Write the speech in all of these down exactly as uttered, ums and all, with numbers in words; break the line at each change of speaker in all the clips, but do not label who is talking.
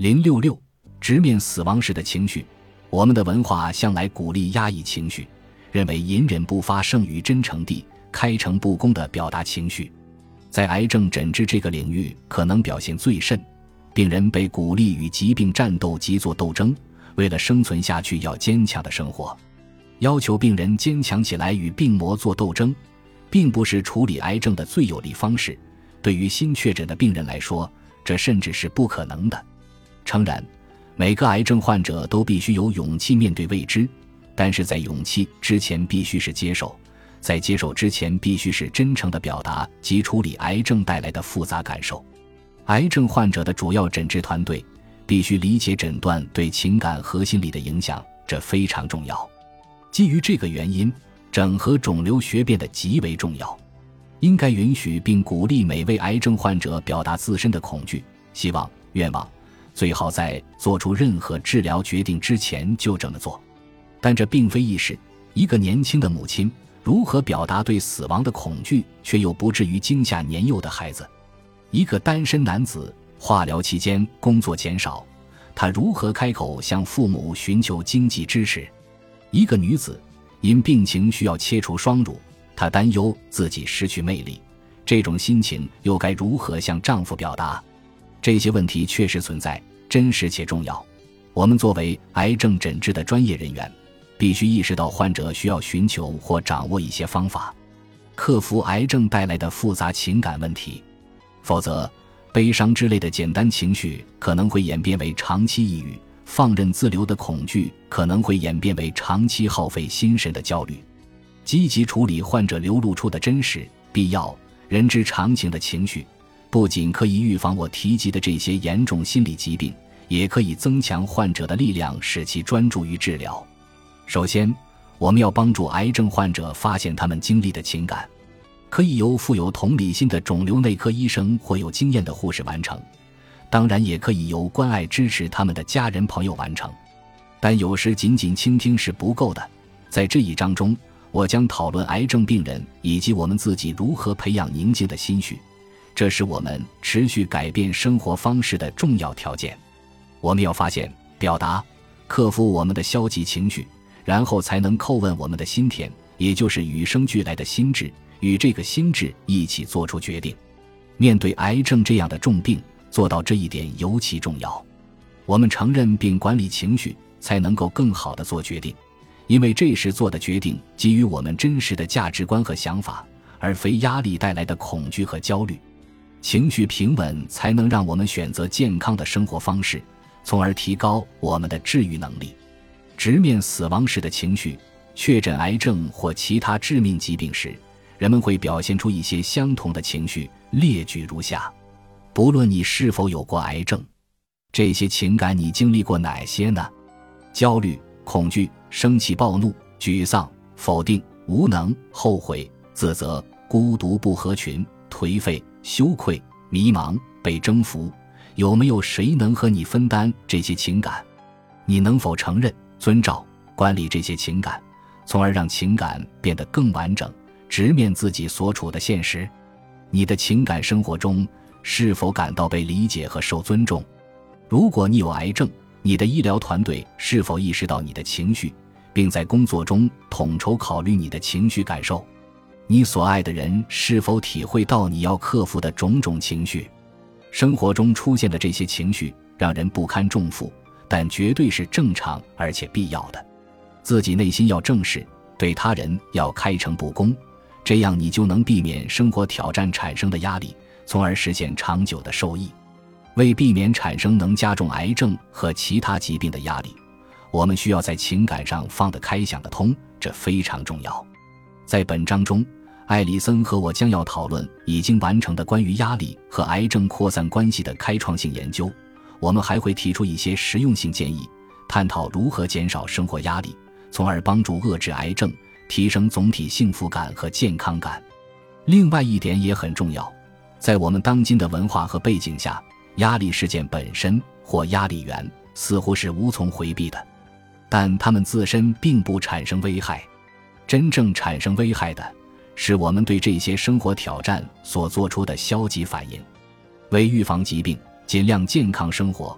零六六直面死亡时的情绪。我们的文化向来鼓励压抑情绪，认为隐忍不发胜于真诚地开诚布公地表达情绪。在癌症诊治这个领域可能表现最甚，病人被鼓励与疾病战斗及做斗争，为了生存下去要坚强的生活。要求病人坚强起来与病魔做斗争，并不是处理癌症的最有力方式，对于新确诊的病人来说，这甚至是不可能的。诚然，每个癌症患者都必须有勇气面对未知，但是在勇气之前必须是接受，在接受之前必须是真诚地表达及处理癌症带来的复杂感受。癌症患者的主要诊治团队必须理解诊断对情感和心理的影响，这非常重要。基于这个原因，整合肿瘤学变得极为重要。应该允许并鼓励每位癌症患者表达自身的恐惧、希望、愿望，最好在做出任何治疗决定之前就这么做。但这并非易事，一个年轻的母亲如何表达对死亡的恐惧，却又不至于惊吓年幼的孩子？一个单身男子化疗期间工作减少，他如何开口向父母寻求经济支持？一个女子因病情需要切除双乳，她担忧自己失去魅力，这种心情又该如何向丈夫表达？这些问题确实存在，真实且重要。我们作为癌症诊治的专业人员，必须意识到患者需要寻求或掌握一些方法，克服癌症带来的复杂情感问题。否则，悲伤之类的简单情绪可能会演变为长期抑郁，放任自流的恐惧可能会演变为长期耗费心神的焦虑。积极处理患者流露出的真实、必要、人之常情的情绪，不仅可以预防我提及的这些严重心理疾病，也可以增强患者的力量，使其专注于治疗。首先，我们要帮助癌症患者发现他们经历的情感，可以由富有同理心的肿瘤内科医生或有经验的护士完成，当然也可以由关爱支持他们的家人朋友完成。但有时仅仅倾听是不够的。在这一章中，我将讨论癌症病人以及我们自己如何培养宁静的心绪，这是我们持续改变生活方式的重要条件。我们要发现、表达、克服我们的消极情绪，然后才能叩问我们的心田，也就是与生俱来的心智，与这个心智一起做出决定。面对癌症这样的重病，做到这一点尤其重要。我们承认并管理情绪，才能够更好地做决定，因为这时做的决定基于我们真实的价值观和想法，而非压力带来的恐惧和焦虑。情绪平稳才能让我们选择健康的生活方式，从而提高我们的治愈能力。直面死亡时的情绪，确诊癌症或其他致命疾病时，人们会表现出一些相同的情绪，列举如下。不论你是否有过癌症，这些情感你经历过哪些呢？焦虑、恐惧、生气、暴怒、沮丧、否定、无能、后悔、自责、孤独、不合群、颓废、羞愧、迷茫、被征服。有没有谁能和你分担这些情感？你能否承认、遵照、管理这些情感，从而让情感变得更完整，直面自己所处的现实？你的情感生活中是否感到被理解和受尊重？如果你有癌症，你的医疗团队是否意识到你的情绪，并在工作中统筹考虑你的情绪感受？你所爱的人是否体会到你要克服的种种情绪？生活中出现的这些情绪让人不堪重负，但绝对是正常而且必要的。自己内心要正视，对他人要开诚布公，这样你就能避免生活挑战产生的压力，从而实现长久的受益。为避免产生能加重癌症和其他疾病的压力，我们需要在情感上放得开想得通，这非常重要。在本章中，艾里森和我将要讨论已经完成的关于压力和癌症扩散关系的开创性研究。我们还会提出一些实用性建议，探讨如何减少生活压力，从而帮助遏制癌症，提升总体幸福感和健康感。另外一点也很重要，在我们当今的文化和背景下，压力事件本身或压力源似乎是无从回避的，但它们自身并不产生危害。真正产生危害的是我们对这些生活挑战所做出的消极反应。为预防疾病，尽量健康生活，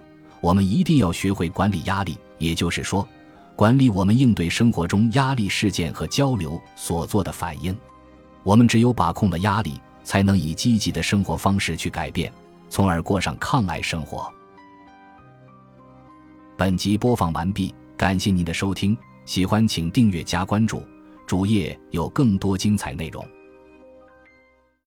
我们一定要学会管理压力，也就是说，管理我们应对生活中压力事件和交流所做的反应。我们只有把控了压力，才能以积极的生活方式去改变，从而过上抗癌生活。本集播放完毕，感谢您的收听，喜欢请订阅加关注，主页有更多精彩内容。